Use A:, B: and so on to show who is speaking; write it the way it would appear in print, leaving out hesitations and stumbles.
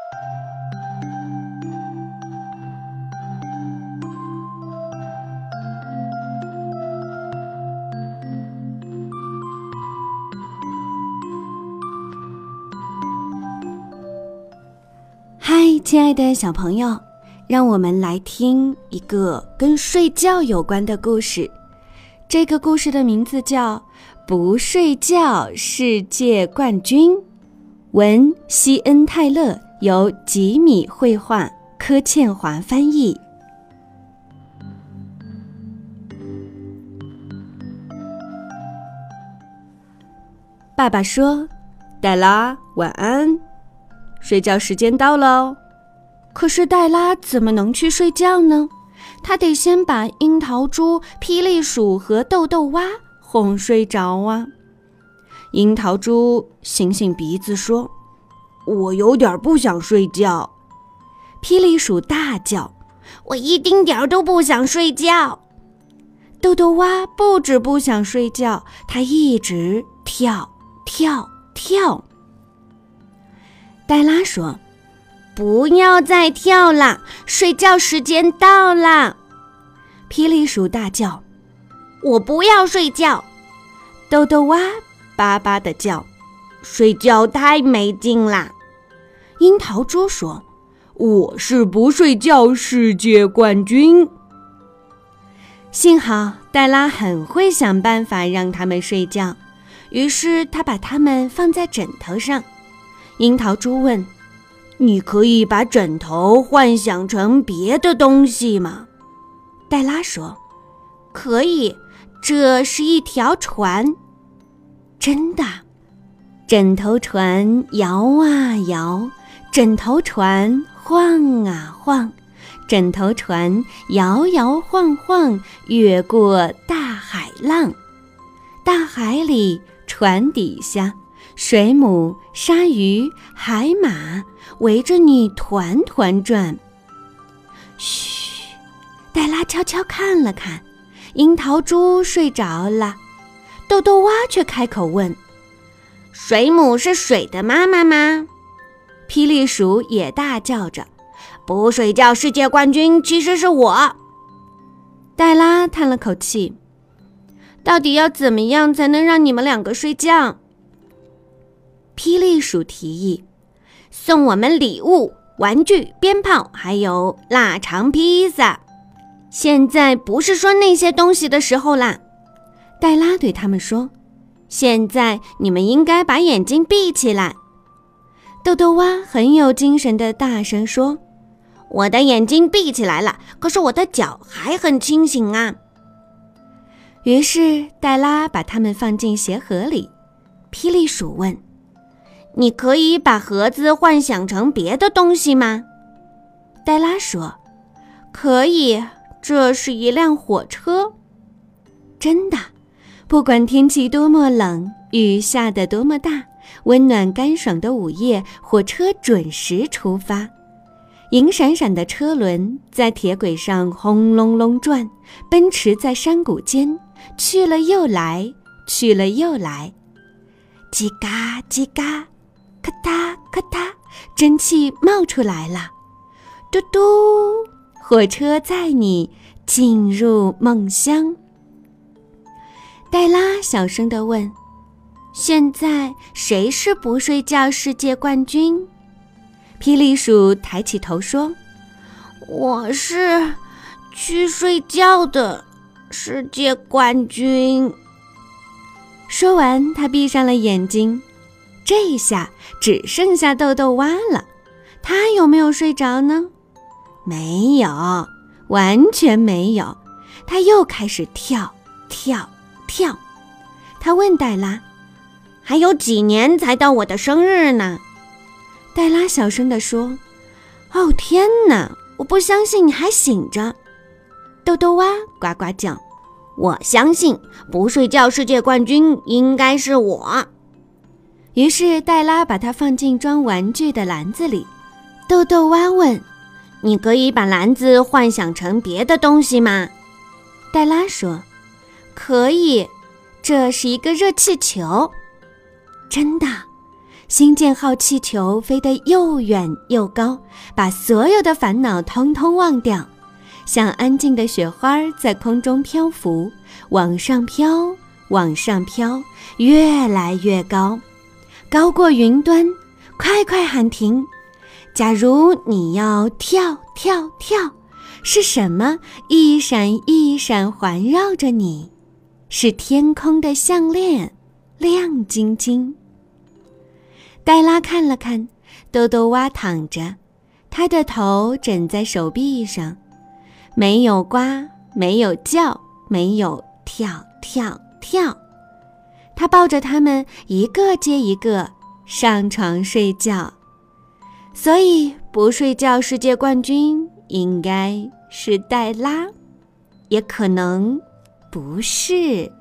A: 嗨，亲爱的小朋友，让我们来听一个跟睡觉有关的故事。这个故事的名字叫《不睡觉世界冠军》，文西恩·泰勒，由吉米绘画，柯倩华翻译。爸爸说：“黛拉，晚安，睡觉时间到了哦。”可是黛拉怎么能去睡觉呢？她得先把樱桃猪、霹雳鼠和豆豆蛙哄睡着啊。樱桃猪擤擤鼻子说：“我有点不想睡觉。”霹雳鼠大叫：“我一丁点儿都不想睡觉。”豆豆蛙不止不想睡觉，它一直跳。黛拉说：“不要再跳了，睡觉时间到了。”霹雳鼠大叫：“我不要睡觉。”豆豆蛙巴巴地叫：“睡觉太没劲啦。”樱桃猪说：“我是不睡觉世界冠军。”幸好黛拉很会想办法让他们睡觉，于是他把它们放在枕头上。樱桃猪问：“你可以把枕头幻想成别的东西吗？”黛拉说：“可以，这是一条船。”真的，枕头船摇啊摇，枕头船晃啊晃，枕头船摇摇晃晃，越过大海浪。大海里，船底下，水母、鲨鱼、海马围着你团团转。嘘，黛拉悄悄看了看，樱桃猪睡着了，豆豆蛙却开口问：“水母是水的妈妈吗？”霹雳鼠也大叫着：“不睡觉世界冠军其实是我。”黛拉叹了口气：“到底要怎么样才能让你们两个睡觉？”霹雳鼠提议：“送我们礼物、玩具、鞭炮，还有腊肠披萨。”现在不是说那些东西的时候啦，黛拉对他们说：“现在你们应该把眼睛闭起来。”豆豆蛙很有精神地大声说：“我的眼睛闭起来了，可是我的脚还很清醒啊。”于是黛拉把它们放进鞋盒里。霹雳鼠问：“你可以把盒子幻想成别的东西吗？”黛拉说：“可以，这是一辆火车。”真的，不管天气多么冷，雨下得多么大，温暖干爽的午夜，火车准时出发。银闪闪的车轮在铁轨上轰隆隆转，奔驰在山谷间，去了又来，去了又来。叽嘎叽嘎，咔嗒咔嗒，蒸汽冒出来了。嘟嘟，火车载你进入梦乡。黛拉小声地问：“现在谁是不睡觉世界冠军？”霹雳鼠抬起头说：“我是去睡觉的世界冠军。”说完，他闭上了眼睛。这一下只剩下豆豆蛙了，他有没有睡着呢？没有，完全没有。他又开始跳。他问黛拉：“还有几年才到我的生日呢？”黛拉小声地说：“哦天哪，我不相信你还醒着。”豆豆蛙呱呱叫：“我相信不睡觉世界冠军应该是我。”于是黛拉把它放进装玩具的篮子里。豆豆蛙问：“你可以把篮子幻想成别的东西吗？”黛拉说：“可以，这是一个热气球。”真的， 星舰号气球飞得又远又高，把所有的烦恼通通忘掉，像安静的雪花在空中漂浮，往上飘，往上飘，越来越高，高过云端。快快喊停！假如你要跳跳跳，是什么一闪一闪环绕着你？是天空的项链，亮晶晶。黛拉看了看，豆豆蛙躺着，他的头枕在手臂上，没有呱，没有叫，没有跳跳跳。他抱着他们一个接一个上床睡觉。所以不睡觉世界冠军应该是黛拉，也可能不是。